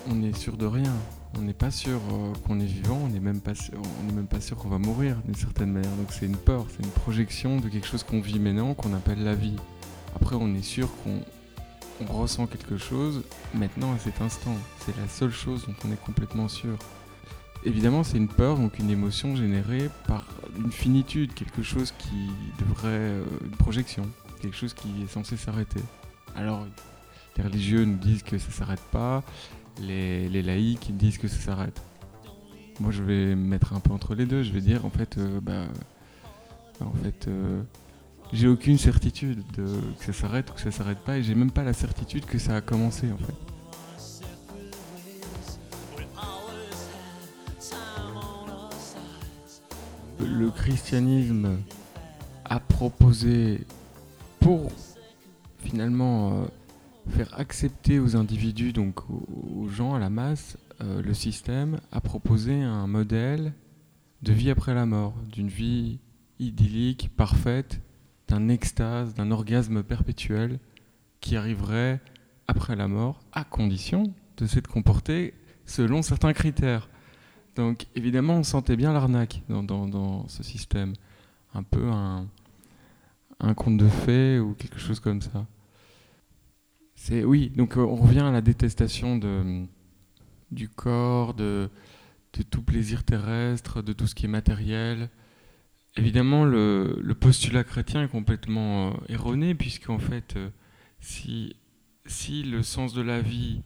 on n'est sûr de rien. On n'est pas sûr qu'on est vivant, on n'est même pas sûr qu'on va mourir d'une certaine manière. Donc c'est une peur, c'est une projection de quelque chose qu'on vit maintenant, qu'on appelle la vie. Après, on est sûr qu'on ressent quelque chose maintenant à cet instant. C'est la seule chose dont on est complètement sûr. Évidemment, c'est une peur, donc une émotion générée par une finitude, quelque chose qui devrait... une projection, quelque chose qui est censé s'arrêter. Alors, les religieux nous disent que ça ne s'arrête pas, les laïcs disent que ça s'arrête. Moi, je vais me mettre un peu entre les deux, je vais dire, en fait, j'ai aucune certitude que ça s'arrête ou que ça s'arrête pas, et j'ai même pas la certitude que ça a commencé, en fait. Le christianisme a proposé, pour finalement faire accepter aux individus, donc aux gens, à la masse, le système a proposé un modèle de vie après la mort, d'une vie idyllique, parfaite, d'un extase, d'un orgasme perpétuel qui arriverait après la mort, à condition de s'être comporté selon certains critères. Donc évidemment, on sentait bien l'arnaque dans ce système. Un peu un conte de fées ou quelque chose comme ça. Oui, donc on revient à la détestation du corps, de tout plaisir terrestre, de tout ce qui est matériel. Évidemment, le postulat chrétien est complètement erroné, puisqu'en fait, si le sens de la vie,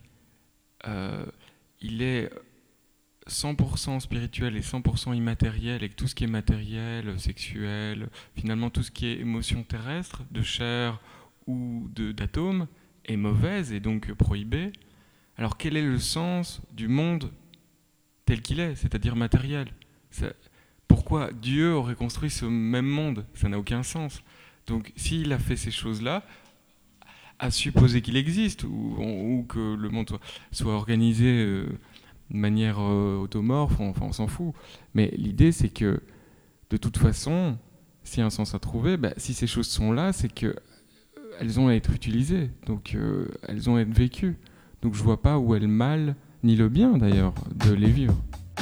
il est 100% spirituel et 100% immatériel, et que tout ce qui est matériel, sexuel, finalement tout ce qui est émotion terrestre, de chair ou d'atomes, est mauvaise et donc prohibée, alors quel est le sens du monde tel qu'il est, c'est-à-dire matériel ? Pourquoi Dieu aurait construit ce même monde ? Ça n'a aucun sens. Donc s'il a fait ces choses-là, à supposer qu'il existe, ou que le monde soit organisé de manière automorphe, enfin on s'en fout. Mais l'idée c'est que, de toute façon, s'il y a un sens à trouver, si ces choses sont là, c'est que elles ont à être utilisées, donc elles ont à être vécues. Donc je vois pas où est le mal, ni le bien d'ailleurs, de les vivre.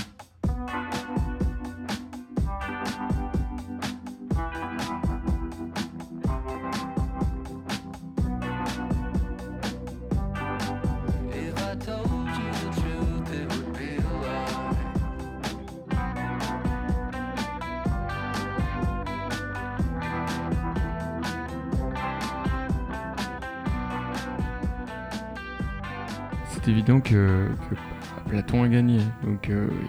C'est évident que Platon a gagné. Donc,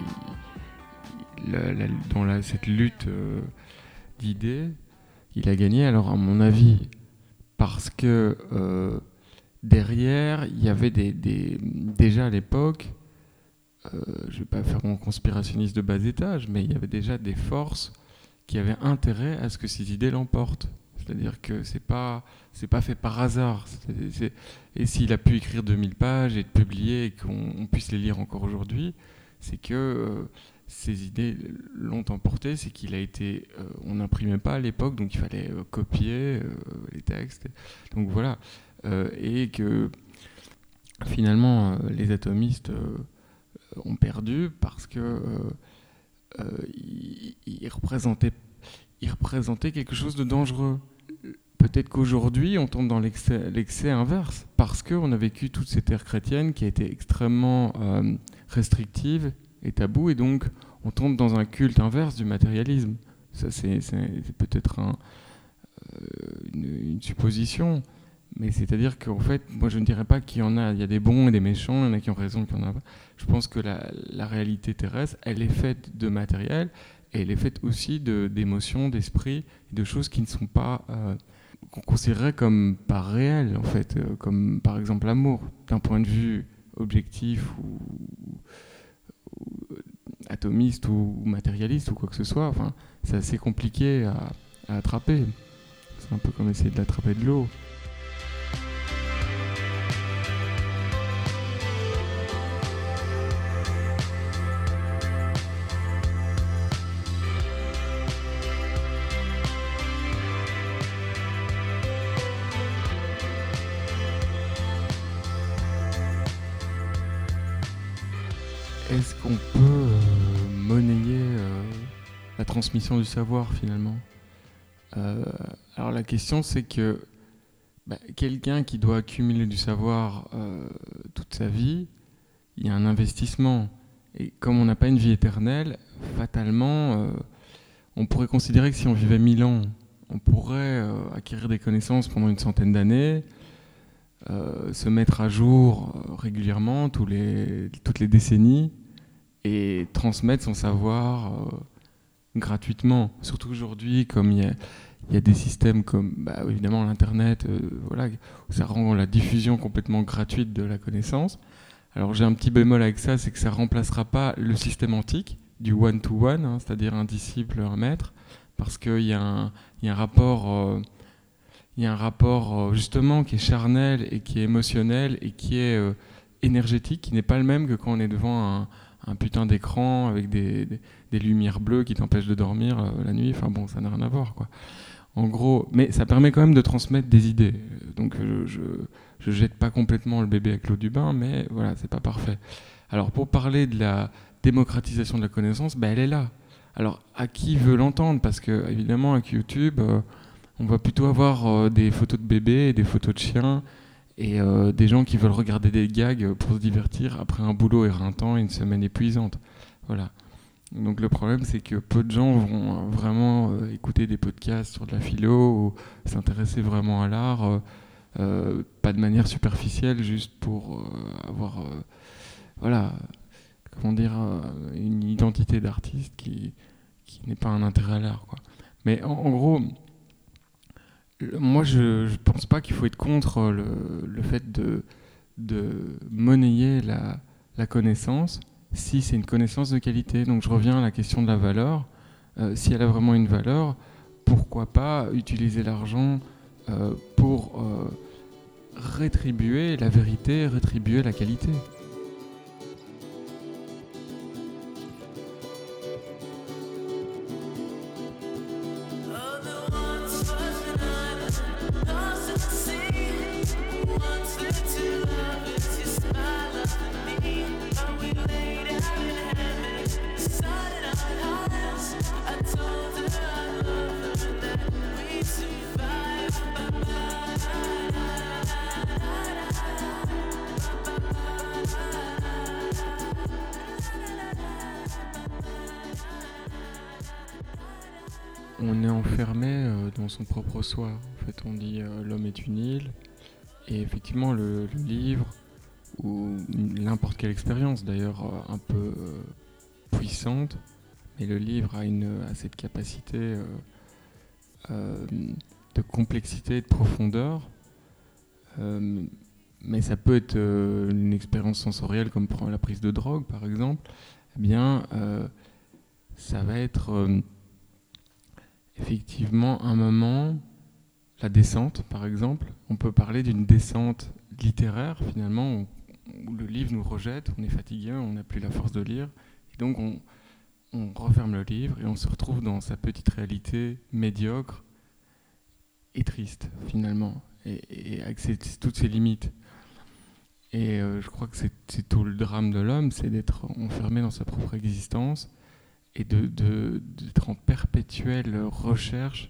cette lutte d'idées, il a gagné. Alors, à mon avis, parce que derrière, il y avait déjà à l'époque, je ne vais pas faire mon conspirationniste de bas étage, mais il y avait déjà des forces qui avaient intérêt à ce que ces idées l'emportent. C'est-à-dire que c'est pas fait par hasard. Et s'il a pu écrire 2000 pages et publier et qu'on puisse les lire encore aujourd'hui, c'est que ces idées l'ont emporté, c'est qu'il a été... on n'imprimait pas à l'époque, donc il fallait copier les textes. Donc voilà. Et que finalement, les atomistes ont perdu parce que ils représentaient quelque chose de dangereux. Peut-être qu'aujourd'hui, on tombe dans l'excès inverse, parce qu'on a vécu toute cette ère chrétienne qui a été extrêmement restrictive et taboue, et donc on tombe dans un culte inverse du matérialisme. Ça, c'est peut-être une supposition, mais c'est-à-dire qu'en fait, moi je ne dirais pas qu'il y en a, il y a des bons et des méchants, il y en a qui ont raison, qu'il y en a pas. Je pense que la réalité terrestre, elle est faite de matériel, et elle est faite aussi d'émotions, d'esprit, de choses qui ne sont pas... qu'on considérerait comme pas réelles, en fait, comme par exemple l'amour, d'un point de vue objectif ou atomiste ou matérialiste ou quoi que ce soit. Enfin, c'est assez compliqué à attraper. C'est un peu comme essayer de l'attraper de l'eau. est-ce qu'on peut monnayer la transmission du savoir finalement? Alors la question c'est que quelqu'un qui doit accumuler du savoir toute sa vie, il y a un investissement. Et comme on n'a pas une vie éternelle, fatalement, on pourrait considérer que si on vivait 1000 ans, on pourrait acquérir des connaissances pendant une centaine d'années, se mettre à jour régulièrement, toutes les décennies, et transmettre son savoir gratuitement. Surtout aujourd'hui, comme il y a des systèmes comme évidemment l'Internet, voilà, où ça rend la diffusion complètement gratuite de la connaissance. Alors j'ai un petit bémol avec ça, c'est que ça ne remplacera pas le système antique du one-to-one, c'est-à-dire un disciple, un maître, parce qu'il y a un rapport... il y a un rapport justement qui est charnel et qui est émotionnel et qui est énergétique, qui n'est pas le même que quand on est devant un putain d'écran avec des lumières bleues qui t'empêchent de dormir la nuit. Enfin bon, ça n'a rien à voir, quoi. En gros, mais ça permet quand même de transmettre des idées. Donc je jette pas complètement le bébé avec l'eau du bain, mais voilà, c'est pas parfait. Alors pour parler de la démocratisation de la connaissance, elle est là. Alors à qui veut l'entendre? Parce que évidemment avec YouTube... on va plutôt avoir des photos de bébés et des photos de chiens et des gens qui veulent regarder des gags pour se divertir après un boulot éreintant et une semaine épuisante. Voilà. Donc le problème, c'est que peu de gens vont vraiment écouter des podcasts sur de la philo ou s'intéresser vraiment à l'art, pas de manière superficielle, juste pour avoir, voilà, comment dire, une identité d'artiste qui n'est pas un intérêt à l'art, quoi. Mais en gros... Moi, je pense pas qu'il faut être contre le fait de monnayer la connaissance si c'est une connaissance de qualité. Donc je reviens à la question de la valeur. Si elle a vraiment une valeur, pourquoi pas utiliser l'argent pour rétribuer la vérité, rétribuer la qualité. On est enfermé dans son propre soi. En fait, on dit l'homme est une île. Et effectivement, le livre, ou n'importe quelle expérience d'ailleurs un peu puissante, mais le livre a cette capacité de complexité et de profondeur. Mais ça peut être une expérience sensorielle comme la prise de drogue par exemple. Eh bien, ça va être... effectivement, un moment, la descente par exemple, on peut parler d'une descente littéraire finalement, où le livre nous rejette, on est fatigué, on n'a plus la force de lire, et donc on referme le livre et on se retrouve dans sa petite réalité médiocre et triste finalement, et avec toutes ses limites. Et je crois que c'est tout le drame de l'homme, c'est d'être enfermé dans sa propre existence, et d'être en perpétuelle recherche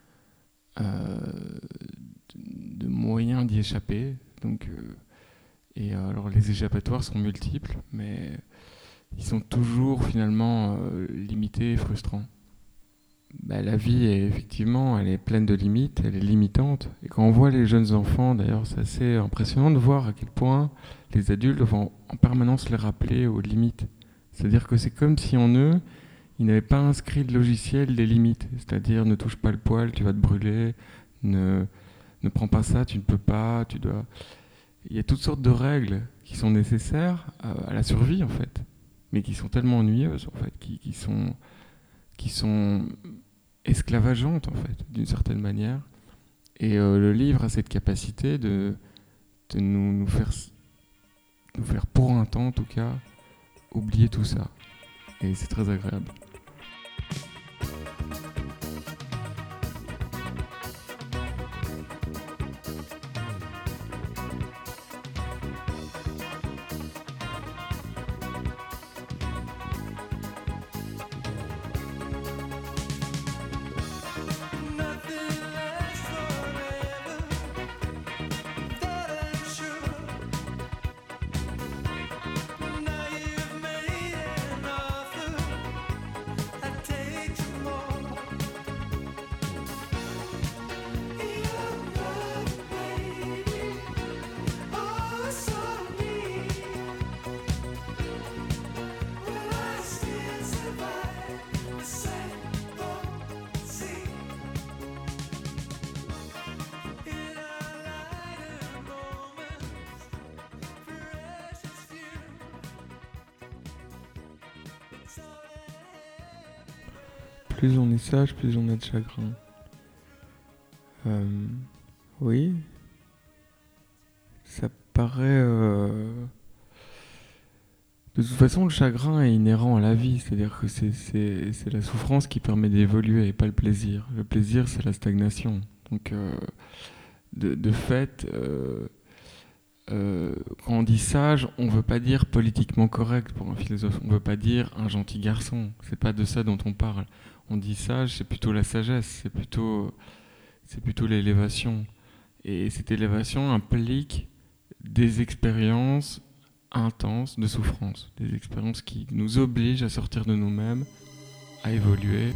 de moyens d'y échapper. Donc, alors les échappatoires sont multiples, mais ils sont toujours finalement limités et frustrants. La vie effectivement, elle est pleine de limites, elle est limitante. Et quand on voit les jeunes enfants, d'ailleurs, c'est assez impressionnant de voir à quel point les adultes vont en permanence les rappeler aux limites. C'est-à-dire que c'est comme si en eux, ils n'avaient pas inscrit le logiciel des limites, c'est-à-dire ne touche pas le poil, tu vas te brûler, ne prends pas ça, tu ne peux pas, tu dois... Il y a toutes sortes de règles qui sont nécessaires à la survie en fait, mais qui sont tellement ennuyeuses en fait, qui sont esclavageantes en fait, d'une certaine manière. Et le livre a cette capacité de nous faire pour un temps en tout cas oublier tout ça. Et c'est très agréable. plus on est sage, plus on a de chagrin. Oui, ça paraît... De toute façon, le chagrin est inhérent à la vie, c'est-à-dire que c'est la souffrance qui permet d'évoluer et pas le plaisir. Le plaisir, c'est la stagnation. Donc, de fait, quand on dit sage, on veut pas dire politiquement correct pour un philosophe. On veut pas dire un gentil garçon. C'est pas de ça dont on parle. On dit sage, c'est plutôt la sagesse, c'est plutôt l'élévation. Et cette élévation implique des expériences intenses de souffrance, des expériences qui nous obligent à sortir de nous-mêmes, à évoluer.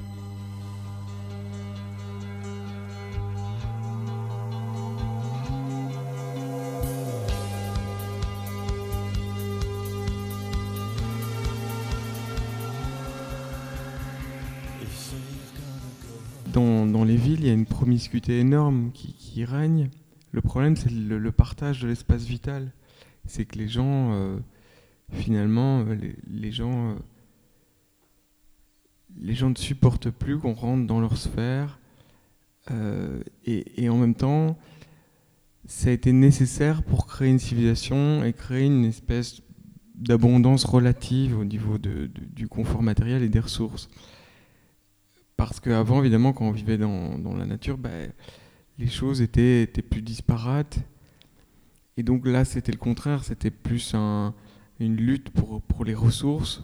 Dans les villes, il y a une promiscuité énorme qui règne. Le problème, c'est le partage de l'espace vital. C'est que les gens, finalement, les gens ne supportent plus qu'on rentre dans leur sphère. Et en même temps, ça a été nécessaire pour créer une civilisation et créer une espèce d'abondance relative au niveau du confort matériel et des ressources. Parce qu'avant, évidemment, quand on vivait dans la nature, les choses étaient plus disparates. Et donc là, c'était le contraire, c'était plus une lutte pour les ressources.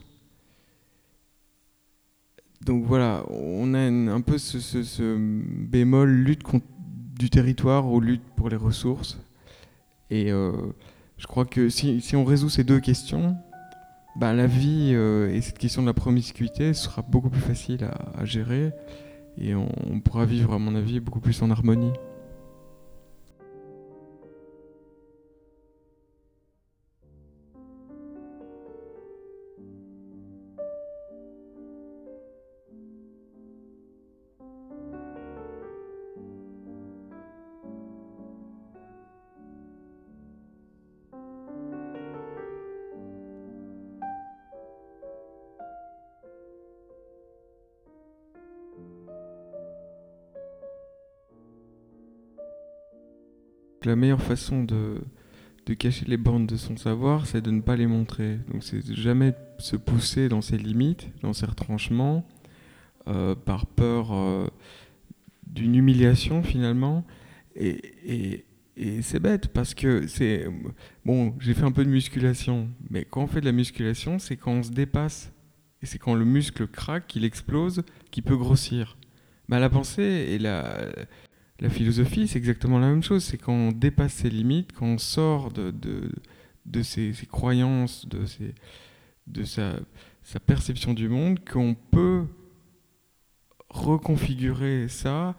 Donc voilà, on a un peu ce bémol lutte du territoire ou lutte pour les ressources. Et je crois que si on résout ces deux questions, la vie et cette question de la promiscuité sera beaucoup plus facile à gérer et on pourra vivre, à mon avis, beaucoup plus en harmonie. La meilleure façon de cacher les bornes de son savoir, c'est de ne pas les montrer. Donc c'est de jamais se pousser dans ses limites, dans ses retranchements, par peur d'une humiliation finalement. Et c'est bête parce que c'est... Bon, j'ai fait un peu de musculation, mais quand on fait de la musculation, c'est quand on se dépasse. Et c'est quand le muscle craque, qu'il explose, qu'il peut grossir. La pensée et la philosophie, c'est exactement la même chose. C'est quand on dépasse ses limites, quand on sort de ses croyances, de sa perception du monde, qu'on peut reconfigurer ça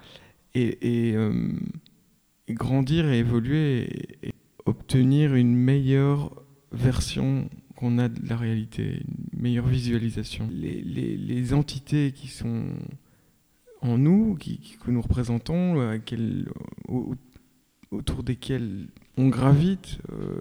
et grandir et évoluer et obtenir une meilleure version qu'on a de la réalité, une meilleure visualisation. Les entités qui sont en nous, que nous représentons, autour desquelles on gravite,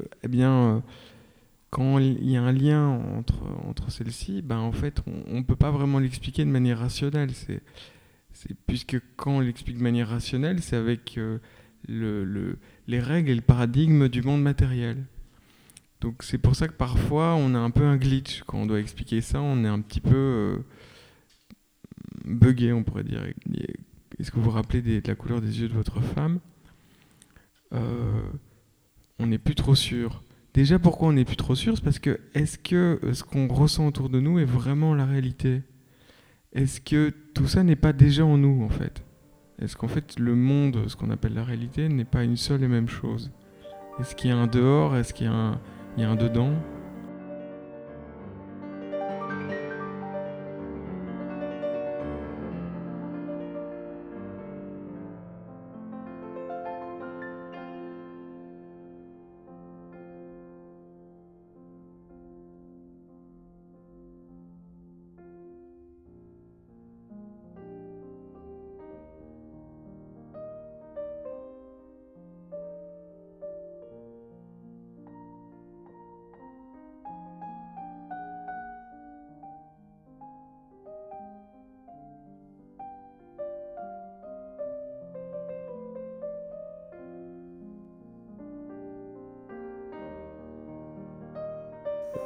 quand il y a un lien entre celles-ci, en fait, on ne peut pas vraiment l'expliquer de manière rationnelle. Puisque quand on l'explique de manière rationnelle, c'est avec les règles et le paradigme du monde matériel. Donc c'est pour ça que parfois on a un peu un glitch. Quand on doit expliquer ça, on est un petit peu buggé, on pourrait dire. Est-ce que vous vous rappelez de la couleur des yeux de votre femme ? On n'est plus trop sûr. Déjà, pourquoi on n'est plus trop sûr ? C'est parce que est-ce que ce qu'on ressent autour de nous est vraiment la réalité ? Est-ce que tout ça n'est pas déjà en nous, en fait ? Est-ce qu'en fait, le monde, ce qu'on appelle la réalité, n'est pas une seule et même chose ? Est-ce qu'il y a un dehors ? Est-ce qu'il y a un dedans ?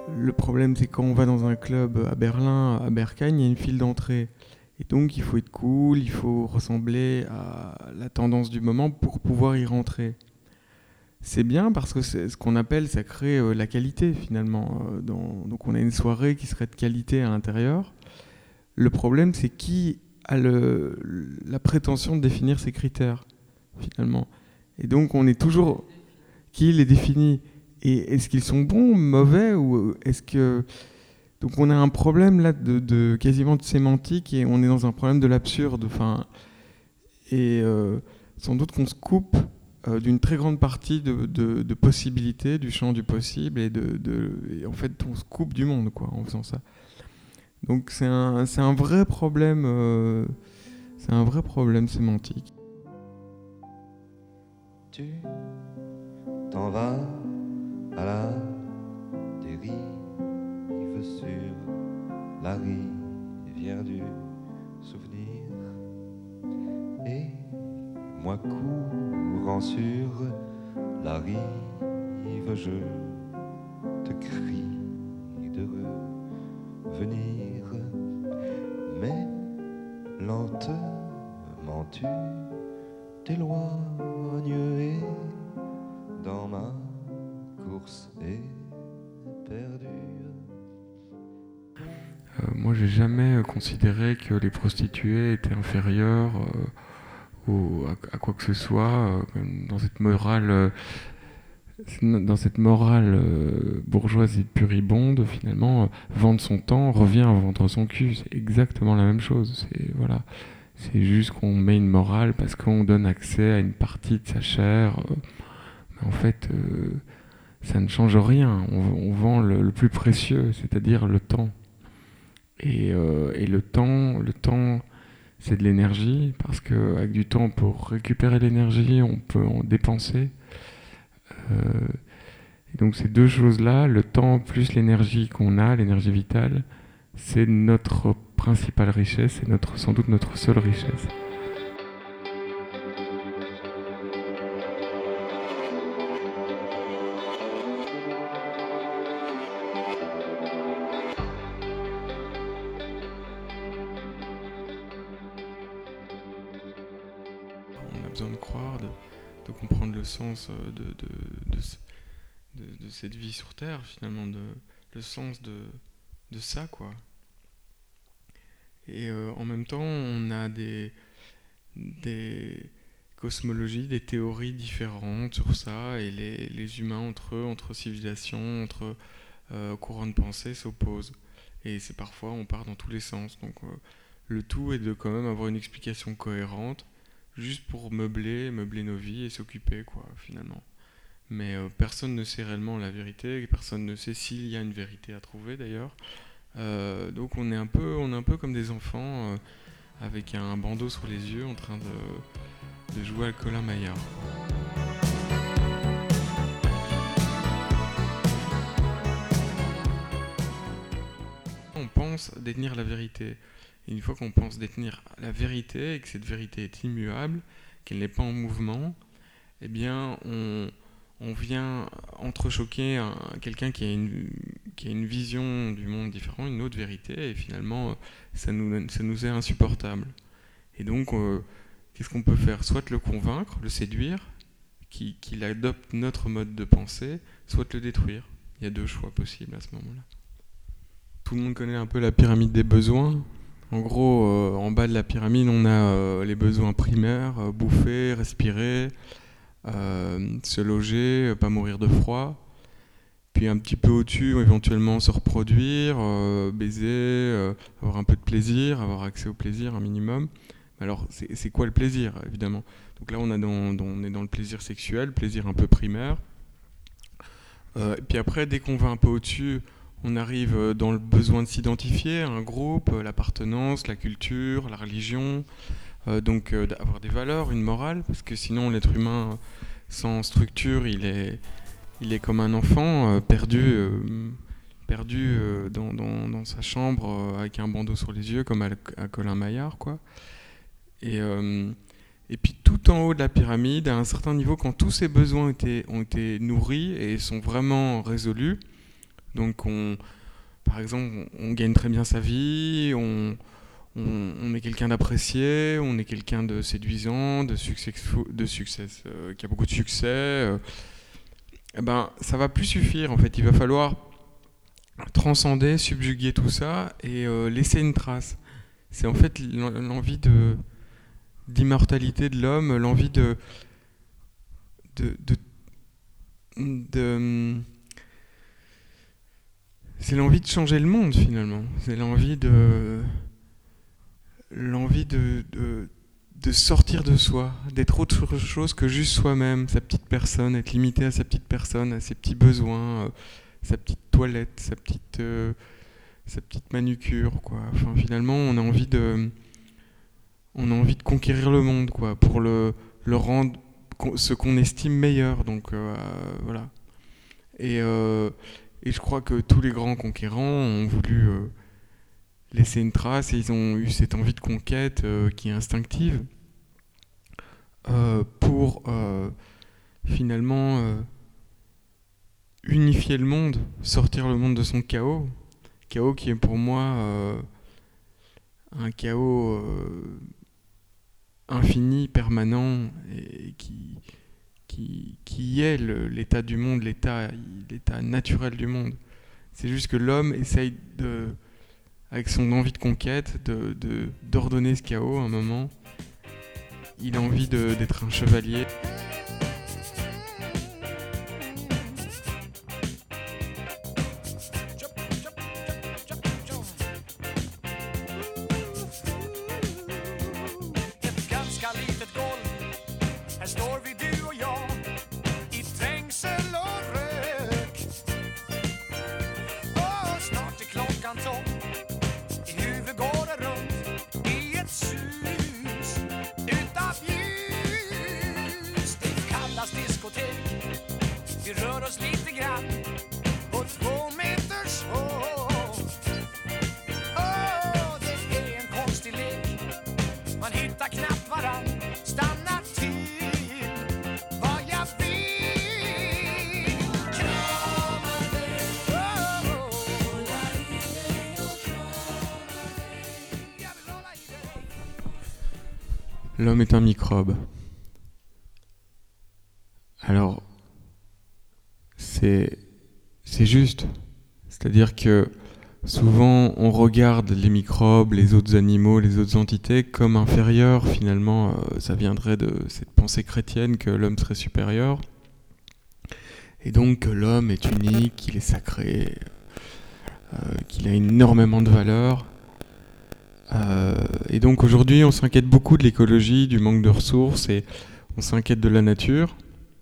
le problème, c'est quand on va dans un club à Berlin, à Berghain, il y a une file d'entrée. Et donc, il faut être cool, il faut ressembler à la tendance du moment pour pouvoir y rentrer. C'est bien parce que c'est ce qu'on appelle, ça crée la qualité finalement. Donc, on a une soirée qui serait de qualité à l'intérieur. Le problème, c'est qui a la prétention de définir ces critères finalement. Et donc, on est toujours qui les définit. Et est-ce qu'ils sont bons, mauvais, ou est-ce que... Donc on a un problème là quasiment de sémantique et on est dans un problème de l'absurde. Enfin, et sans doute qu'on se coupe d'une très grande partie de possibilités, du champ du possible, et en fait on se coupe du monde quoi, en faisant ça. Donc c'est un vrai problème, c'est un vrai problème sémantique. Tu t'en vas à la dérive sur la rivière du souvenir, et moi courant sur la rive, je te crie de revenir, mais lentement tu t'éloignes et dans ma course éperdue. Moi, j'ai jamais considéré que les prostituées étaient inférieures à quoi que ce soit dans cette morale. Bourgeoise et puribonde, finalement, vendre son temps revient à vendre son cul. C'est exactement la même chose. C'est juste qu'on met une morale parce qu'on donne accès à une partie de sa chair. Mais en fait, ça ne change rien. On vend le plus précieux, c'est-à-dire le temps. Et le temps, c'est de l'énergie, parce qu'avec du temps, pour récupérer l'énergie, on peut en dépenser. Et donc ces deux choses-là, le temps plus l'énergie qu'on a, l'énergie vitale, c'est notre principale richesse, c'est sans doute notre seule richesse. On a besoin de croire, de comprendre le sens de cette vie sur Terre, finalement, le sens de ça, quoi. Et en même temps, on a des cosmologies, des théories différentes sur ça, et les humains entre eux, entre civilisations, entre courants de pensée s'opposent. Et c'est parfois, on part dans tous les sens. Donc le tout est de quand même avoir une explication cohérente, juste pour meubler nos vies et s'occuper, quoi, finalement. Mais personne ne sait réellement la vérité, et personne ne sait s'il y a une vérité à trouver d'ailleurs. Donc on est un peu comme des enfants avec un bandeau sur les yeux en train de jouer à Colin Maillard. On pense détenir la vérité. Et une fois qu'on pense détenir la vérité et que cette vérité est immuable, qu'elle n'est pas en mouvement, eh bien on vient entrechoquer quelqu'un qui a une vision du monde différente, une autre vérité, et finalement ça nous est insupportable. Et donc qu'est-ce qu'on peut faire ? Soit le convaincre, le séduire, qu'il adopte notre mode de pensée, soit le détruire. Il y a deux choix possibles à ce moment-là. Tout le monde connaît un peu la pyramide des besoins. En gros, en bas de la pyramide, on a les besoins primaires, bouffer, respirer, se loger, pas mourir de froid. Puis un petit peu au-dessus, éventuellement se reproduire, baiser, avoir un peu de plaisir, avoir accès au plaisir un minimum. Alors, c'est quoi le plaisir, évidemment ? Donc là, on est dans le plaisir sexuel, plaisir un peu primaire. Et puis après, dès qu'on va un peu au-dessus, on arrive dans le besoin de s'identifier à un groupe, l'appartenance, la culture, la religion, donc d'avoir des valeurs, une morale, parce que sinon l'être humain sans structure, il est comme un enfant perdu dans sa chambre avec un bandeau sur les yeux, comme à Colin Maillard, quoi. Et puis tout en haut de la pyramide, à un certain niveau, quand tous ces besoins ont été nourris et sont vraiment résolus, Donc par exemple, on gagne très bien sa vie, on est quelqu'un d'apprécié, on est quelqu'un de séduisant, de succès, qui a beaucoup de succès. Eh ben, ça va plus suffire en fait. Il va falloir transcender, subjuguer tout ça et laisser une trace. C'est en fait l'envie d'immortalité de l'homme, l'envie de c'est l'envie de changer le monde finalement. C'est l'envie de sortir de soi, d'être autre chose que juste soi-même, sa petite personne, être limité à sa petite personne, à ses petits besoins, sa petite toilette, sa petite manucure, quoi. Enfin, finalement, on a envie de conquérir le monde, quoi, pour le rendre ce qu'on estime meilleur. Donc voilà. Et je crois que tous les grands conquérants ont voulu laisser une trace et ils ont eu cette envie de conquête qui est instinctive pour finalement unifier le monde, sortir le monde de son chaos. Chaos qui est pour moi un chaos infini, permanent et qui est l'état du monde, l'état naturel du monde. C'est juste que l'homme essaye avec son envie de conquête, d'ordonner ce chaos à un moment. Il a envie d'être un chevalier. L'homme est un microbe. Alors, c'est juste. C'est-à-dire que souvent, on regarde les microbes, les autres animaux, les autres entités comme inférieurs. Finalement, ça viendrait de cette pensée chrétienne que l'homme serait supérieur. Et donc que l'homme est unique, qu'il est sacré, qu'il a énormément de valeur. Et donc aujourd'hui, on s'inquiète beaucoup de l'écologie, du manque de ressources, et on s'inquiète de la nature.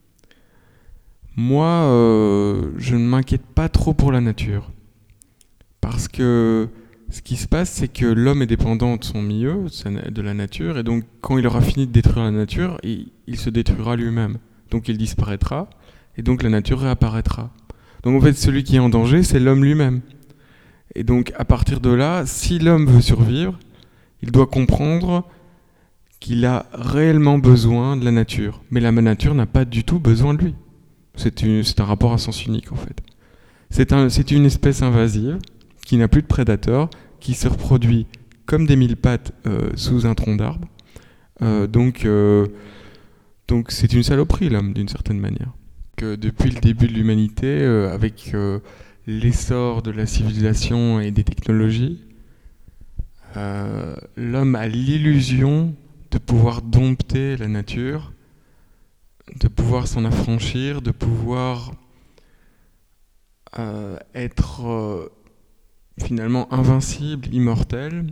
Moi, je ne m'inquiète pas trop pour la nature. Parce que ce qui se passe, c'est que l'homme est dépendant de son milieu, de la nature, et donc quand il aura fini de détruire la nature, il se détruira lui-même. Donc il disparaîtra, et donc la nature réapparaîtra. Donc en fait, celui qui est en danger, c'est l'homme lui-même. Et donc, à partir de là, si l'homme veut survivre, il doit comprendre qu'il a réellement besoin de la nature. Mais la nature n'a pas du tout besoin de lui. C'est un rapport à sens unique, en fait. C'est une espèce invasive qui n'a plus de prédateurs, qui se reproduit comme des mille pattes sous un tronc d'arbre. Donc, c'est une saloperie, l'homme, d'une certaine manière. Que depuis le début de l'humanité, avec l'essor de la civilisation et des technologies, l'homme a l'illusion de pouvoir dompter la nature, de pouvoir s'en affranchir, de pouvoir être finalement invincible, immortel.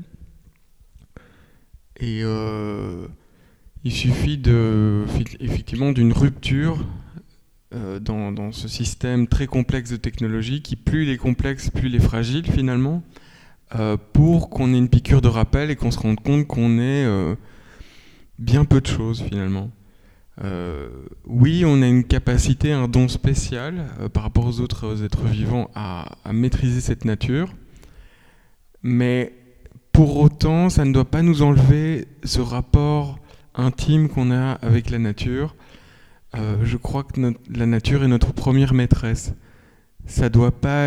Et il suffit effectivement d'une rupture dans ce système très complexe de technologie qui, plus il est complexe, plus il est fragile finalement, pour qu'on ait une piqûre de rappel et qu'on se rende compte qu'on est bien peu de choses finalement. Oui, on a une capacité, un don spécial par rapport aux autres êtres vivants à maîtriser cette nature, mais pour autant, ça ne doit pas nous enlever ce rapport intime qu'on a avec la nature. Je crois que la nature est notre première maîtresse. ça doit pas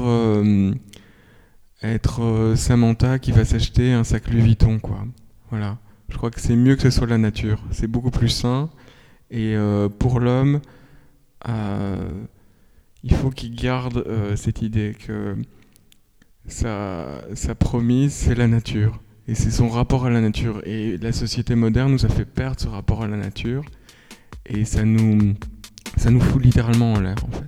être Samantha qui va s'acheter un sac Louis Vuitton, quoi. Voilà. Je crois que c'est mieux que ce soit la nature. C'est beaucoup plus sain. Et pour l'homme, il faut qu'il garde cette idée que sa promise, c'est la nature. Et c'est son rapport à la nature. Et la société moderne nous a fait perdre ce rapport à la nature. Et ça nous fout littéralement en l'air, en fait.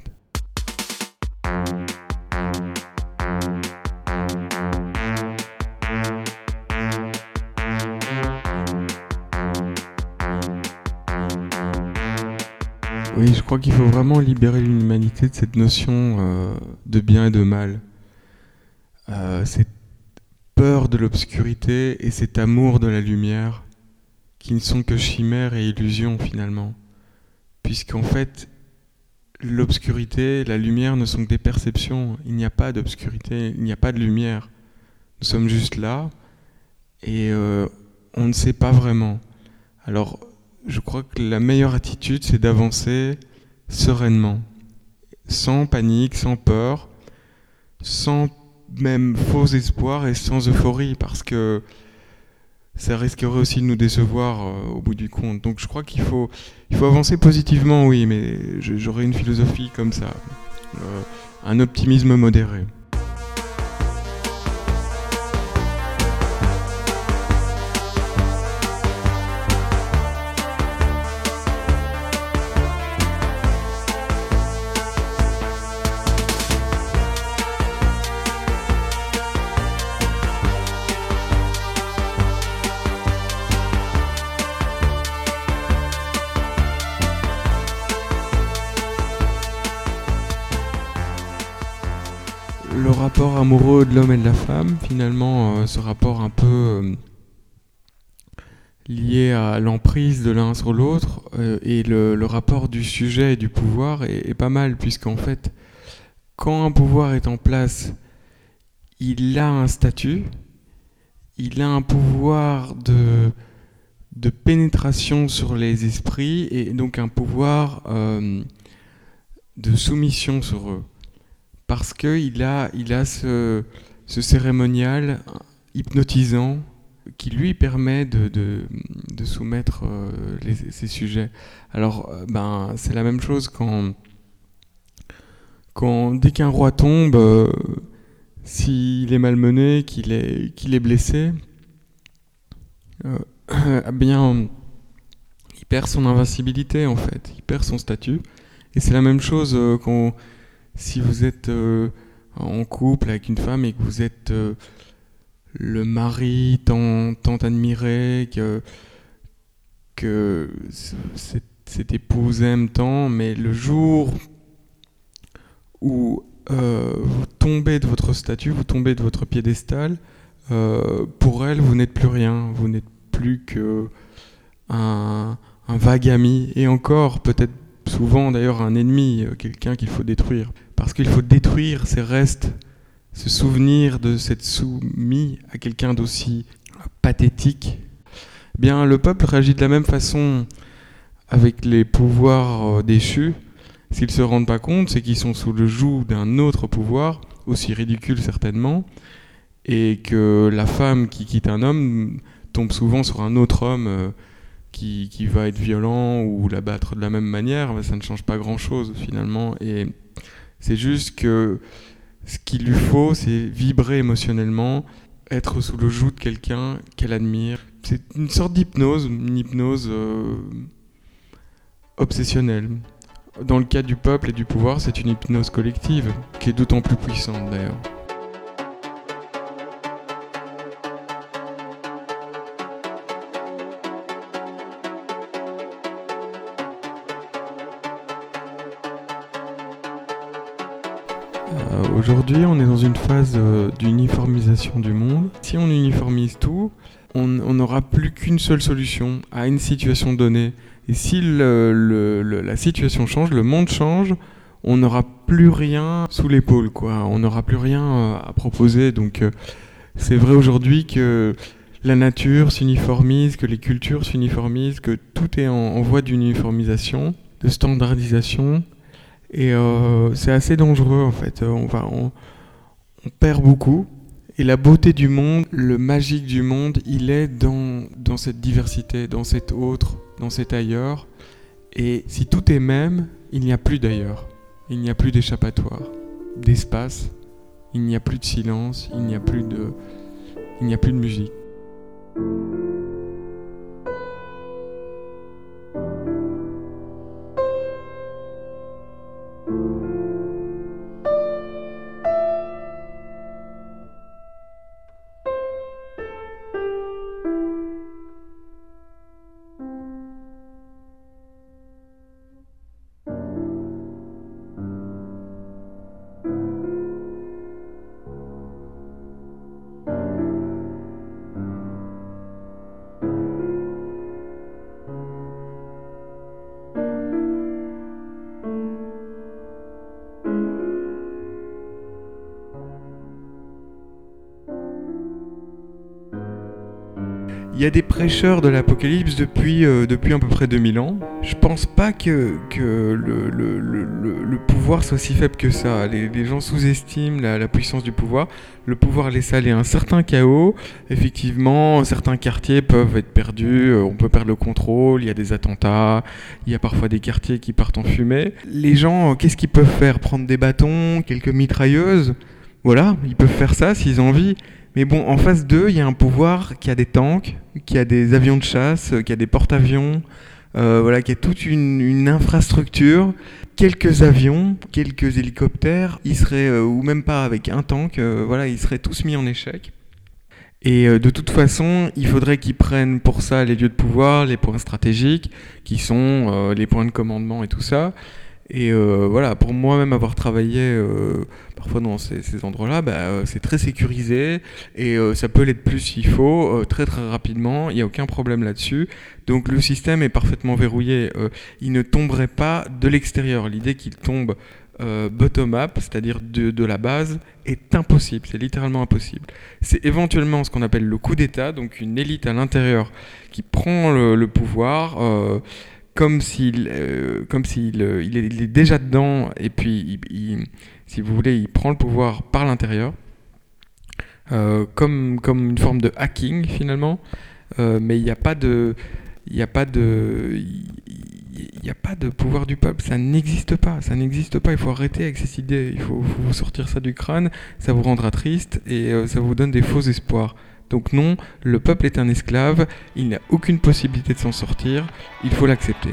Oui, je crois qu'il faut vraiment libérer l'humanité de cette notion de bien et de mal. Cette peur de l'obscurité et cet amour de la lumière qui ne sont que chimères et illusions finalement. Puisqu'en fait, l'obscurité et la lumière ne sont que des perceptions. Il n'y a pas d'obscurité, il n'y a pas de lumière. Nous sommes juste là et on ne sait pas vraiment. Alors, je crois que la meilleure attitude, c'est d'avancer sereinement, sans panique, sans peur, sans même faux espoir et sans euphorie, parce que ça risquerait aussi de nous décevoir au bout du compte. Donc je crois qu'il faut avancer positivement, oui, mais j'aurais une philosophie comme ça, un optimisme modéré. Le rapport amoureux de l'homme et de la femme, finalement, ce rapport un peu lié à l'emprise de l'un sur l'autre, et le rapport du sujet et du pouvoir est pas mal, puisqu'en fait, quand un pouvoir est en place, il a un statut, il a un pouvoir de pénétration sur les esprits, et donc un pouvoir de soumission sur eux. Parce qu'il a ce cérémonial hypnotisant qui lui permet de soumettre ces sujets. Alors, c'est la même chose dès qu'un roi tombe, s'il est malmené, qu'il est blessé, il perd son invincibilité en fait, il perd son statut. Et c'est la même chose si vous êtes en couple avec une femme et que vous êtes le mari tant admiré, que cette épouse aime tant, mais le jour où vous tombez de votre statut, vous tombez de votre piédestal, pour elle, vous n'êtes plus rien, vous n'êtes plus qu'un vague ami, et encore peut-être souvent d'ailleurs un ennemi, quelqu'un qu'il faut détruire. Parce qu'il faut détruire ces restes, ce souvenir de s'être soumis à quelqu'un d'aussi pathétique. Bien, le peuple réagit de la même façon avec les pouvoirs déchus. S'ils ne se rendent pas compte, c'est qu'ils sont sous le joug d'un autre pouvoir, aussi ridicule certainement, et que la femme qui quitte un homme tombe souvent sur un autre homme qui va être violent ou l'abattre de la même manière. Ça ne change pas grand-chose finalement. Et c'est juste que ce qu'il lui faut, c'est vibrer émotionnellement, être sous le joug de quelqu'un qu'elle admire. C'est une sorte d'hypnose, une hypnose obsessionnelle. Dans le cas du peuple et du pouvoir, c'est une hypnose collective, qui est d'autant plus puissante d'ailleurs. Aujourd'hui, on est dans une phase d'uniformisation du monde. Si on uniformise tout, on n'aura plus qu'une seule solution à une situation donnée. Et si la situation change, le monde change, on n'aura plus rien sous l'épaule, quoi. On n'aura plus rien à proposer. Donc c'est vrai aujourd'hui que la nature s'uniformise, que les cultures s'uniformisent, que tout est en voie d'uniformisation, de standardisation. Et c'est assez dangereux en fait. On perd beaucoup. Et la beauté du monde, le magique du monde, il est dans cette diversité, dans cet autre, dans cet ailleurs. Et si tout est même, il n'y a plus d'ailleurs. Il n'y a plus d'échappatoire, d'espace. Il n'y a plus de silence. Il n'y a plus de musique. Il y a des prêcheurs de l'Apocalypse depuis à peu près 2000 ans. Je pense pas que le pouvoir soit si faible que ça. Les gens sous-estiment la puissance du pouvoir. Le pouvoir laisse aller un certain chaos. Effectivement, certains quartiers peuvent être perdus. On peut perdre le contrôle. Il y a des attentats. Il y a parfois des quartiers qui partent en fumée. Les gens, qu'est-ce qu'ils peuvent faire? Prendre des bâtons, quelques mitrailleuses? Voilà, ils peuvent faire ça s'ils ont envie. Mais bon, en face d'eux, il y a un pouvoir qui a des tanks, qui a des avions de chasse, qui a des porte-avions, voilà, qui a toute une infrastructure, quelques avions, quelques hélicoptères, ils seraient, ou même pas avec un tank, voilà, ils seraient tous mis en échec. Et de toute façon, il faudrait qu'ils prennent pour ça les lieux de pouvoir, les points stratégiques, qui sont les points de commandement et tout ça. Et voilà, pour moi-même avoir travaillé parfois dans ces endroits-là, c'est très sécurisé et ça peut l'être plus s'il faut, très très rapidement, il n'y a aucun problème là-dessus. Donc le système est parfaitement verrouillé, il ne tomberait pas de l'extérieur. L'idée qu'il tombe bottom-up, c'est-à-dire de la base, est impossible, c'est littéralement impossible. C'est éventuellement ce qu'on appelle le coup d'État, donc une élite à l'intérieur qui prend le pouvoir, comme s'il il est déjà dedans, et puis, si vous voulez, il prend le pouvoir par l'intérieur, comme une forme de hacking finalement, mais il n'y a pas de pouvoir du peuple, ça n'existe pas, il faut arrêter avec ces idées, il faut sortir ça du crâne, ça vous rendra triste et ça vous donne des faux espoirs. Donc non, le peuple est un esclave, il n'a aucune possibilité de s'en sortir, il faut l'accepter.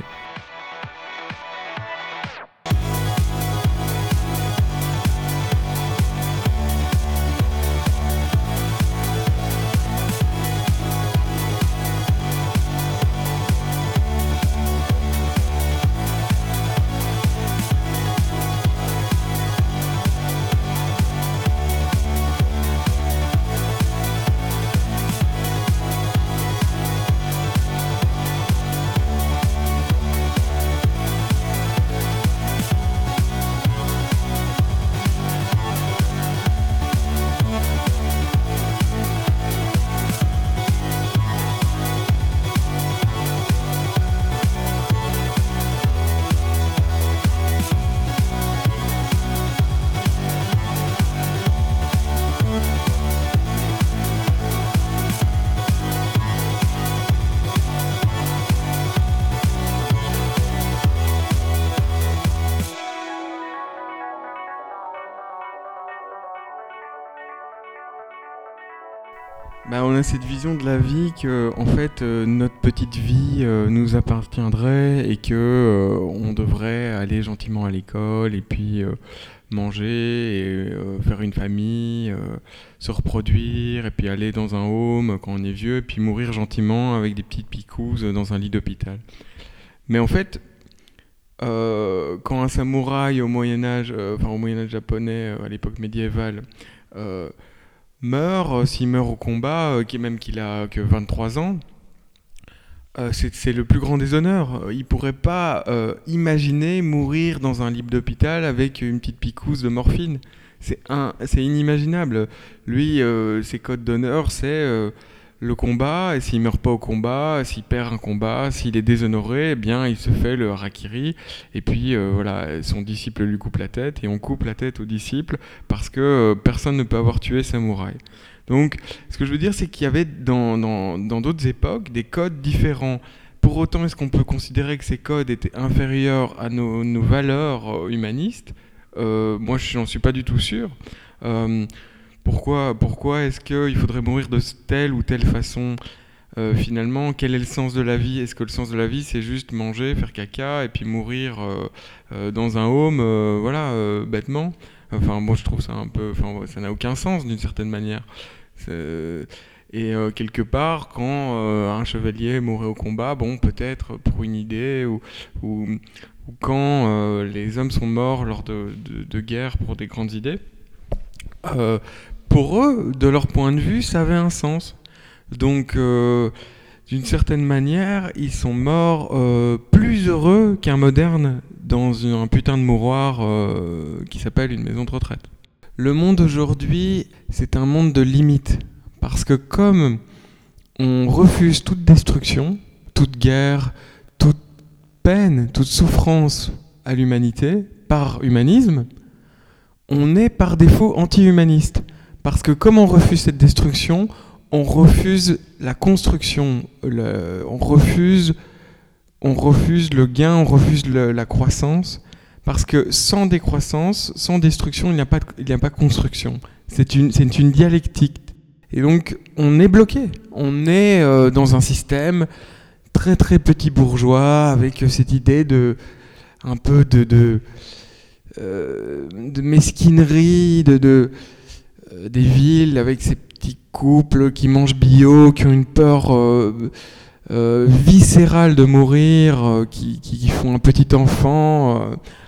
On a cette vision de la vie que, en fait, notre petite vie nous appartiendrait et que on devrait aller gentiment à l'école et puis manger et faire une famille, se reproduire et puis aller dans un home quand on est vieux et puis mourir gentiment avec des petites picouzes dans un lit d'hôpital. Mais en fait, quand un samouraï au Moyen-Âge, au Moyen-Âge japonais, à l'époque médiévale, meurt, s'il meurt au combat, qu'il a que 23 ans, c'est le plus grand des honneurs. Il pourrait pas imaginer mourir dans un lit d'hôpital avec une petite picouse de morphine. C'est inimaginable. Lui, ses codes d'honneur, c'est le combat, et s'il meurt pas au combat, s'il perd un combat, s'il est déshonoré, eh bien il se fait le harakiri, et puis voilà, son disciple lui coupe la tête, et on coupe la tête au disciple parce que personne ne peut avoir tué samouraï. Donc ce que je veux dire, c'est qu'il y avait dans d'autres époques des codes différents. Pour autant, est-ce qu'on peut considérer que ces codes étaient inférieurs à nos valeurs humanistes ? Moi, je n'en suis pas du tout sûr. Pourquoi est-ce qu'il faudrait mourir de telle ou telle façon ? Finalement, quel est le sens de la vie ? Est-ce que le sens de la vie, c'est juste manger, faire caca et puis mourir dans un home, bêtement ? Enfin, moi, je trouve ça un peu... Enfin, ça n'a aucun sens, d'une certaine manière. Et quelque part, quand un chevalier mourait au combat, bon, peut-être pour une idée, ou quand les hommes sont morts lors de guerres pour des grandes idées, pour eux, de leur point de vue, ça avait un sens. Donc, d'une certaine manière, ils sont morts plus heureux qu'un moderne dans un putain de mouroir qui s'appelle une maison de retraite. Le monde aujourd'hui, c'est un monde de limites. Parce que comme on refuse toute destruction, toute guerre, toute peine, toute souffrance à l'humanité, par humanisme, on est par défaut anti-humaniste. Parce que comme on refuse cette destruction, on refuse la construction, on refuse le gain, on refuse la croissance. Parce que sans décroissance, sans destruction, il n'y a pas de construction. C'est une dialectique. Et donc, on est bloqué. On est dans un système très très petit bourgeois avec cette idée un peu de mesquinerie, des villes avec ces petits couples qui mangent bio, qui ont une peur viscérale de mourir, qui font un petit enfant,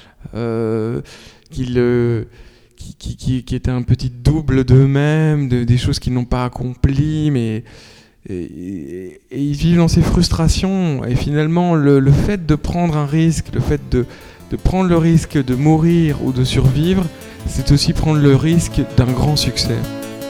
qui étaient un petit double d'eux-mêmes, des choses qu'ils n'ont pas accomplies, et ils vivent dans ces frustrations. Et finalement, le fait de prendre un risque, le fait de prendre le risque de mourir ou de survivre, c'est aussi prendre le risque d'un grand succès.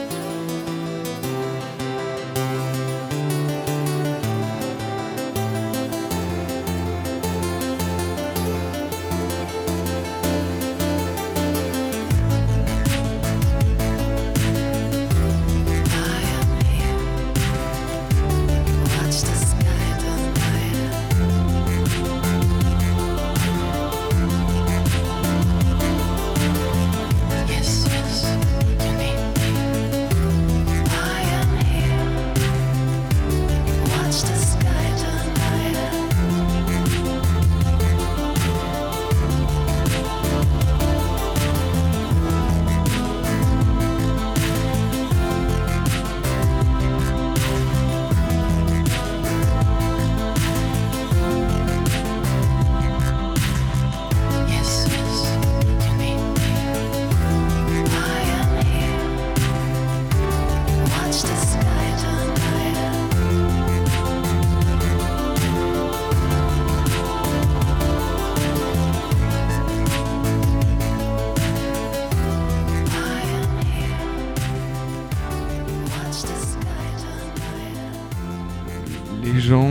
Les gens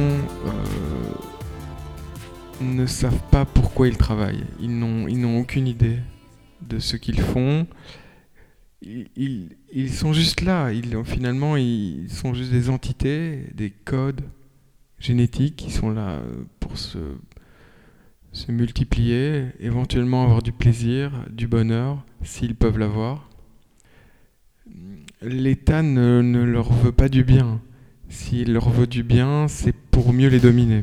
ne savent pas pourquoi ils travaillent. Ils n'ont aucune idée de ce qu'ils font. Ils sont juste là. Finalement, ils sont juste des entités, des codes génétiques qui sont là pour se multiplier, éventuellement avoir du plaisir, du bonheur, s'ils peuvent l'avoir. L'État ne leur veut pas du bien. S'il leur veut du bien, c'est pour mieux les dominer.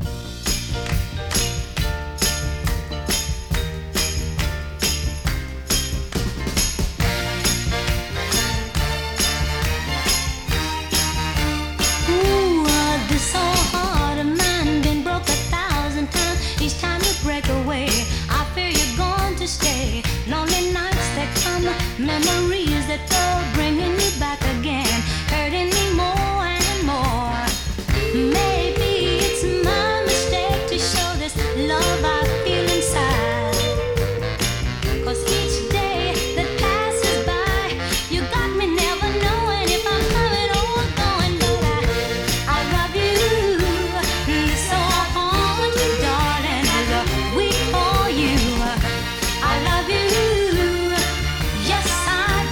Memories that go bringing me back again, hurting me more and more. Maybe it's my mistake.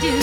do.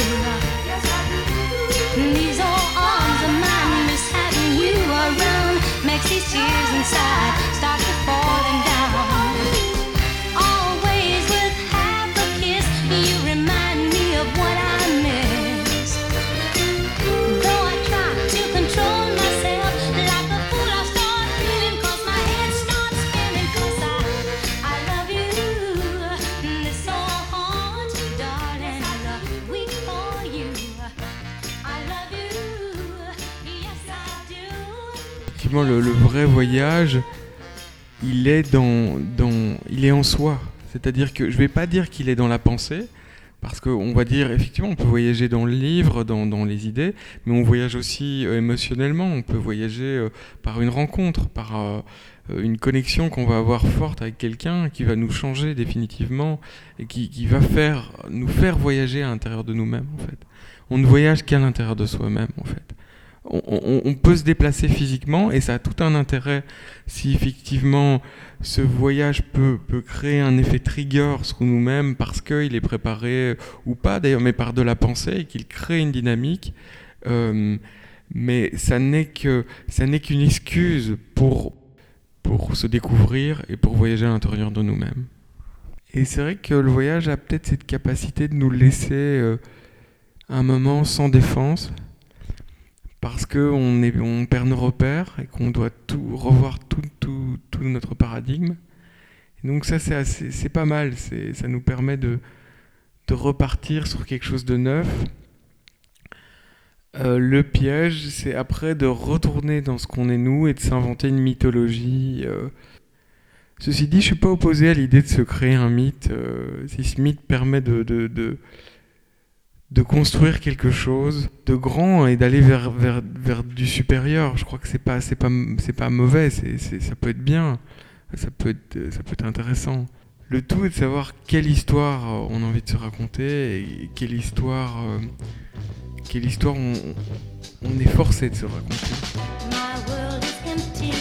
These old arms of mine miss having you around. Makes these tears inside start to falling down. Always with half a kiss, you remind me of what I miss. Though I try to control myself, like a fool I start feeling, 'cause my head starts spinning, 'cause I love you. This all haunts me, darling, weak for you. I love you, yes I do. Effectivement, le vrai voyage, il est il est en soi. C'est-à-dire que je vais pas dire qu'il est dans la pensée, parce qu'on va dire, effectivement, on peut voyager dans le livre, dans les idées, mais on voyage aussi émotionnellement. On peut voyager par une rencontre, par une connexion qu'on va avoir forte avec quelqu'un qui va nous changer définitivement et qui va nous faire voyager à l'intérieur de nous-mêmes, en fait. On ne voyage qu'à l'intérieur de soi-même, en fait. On peut se déplacer physiquement et ça a tout un intérêt si effectivement ce voyage peut créer un effet trigger sur nous-mêmes parce qu'il est préparé ou pas d'ailleurs, mais par de la pensée et qu'il crée une dynamique. Mais ça n'est qu'une excuse pour se découvrir et pour voyager à l'intérieur de nous-mêmes. Et c'est vrai que le voyage a peut-être cette capacité de nous laisser un moment sans défense. Parce qu'on perd nos repères et qu'on doit revoir tout notre paradigme. Et donc ça, c'est pas mal. Ça nous permet de repartir sur quelque chose de neuf. Le piège, c'est après de retourner dans ce qu'on est nous et de s'inventer une mythologie. Ceci dit, je suis pas opposé à l'idée de se créer un mythe. Si ce mythe permet de construire quelque chose de grand et d'aller vers du supérieur. Je crois que c'est pas mauvais, ça peut être bien, ça peut être intéressant. Le tout est de savoir quelle histoire on a envie de se raconter et quelle histoire on est forcé de se raconter. My world is empty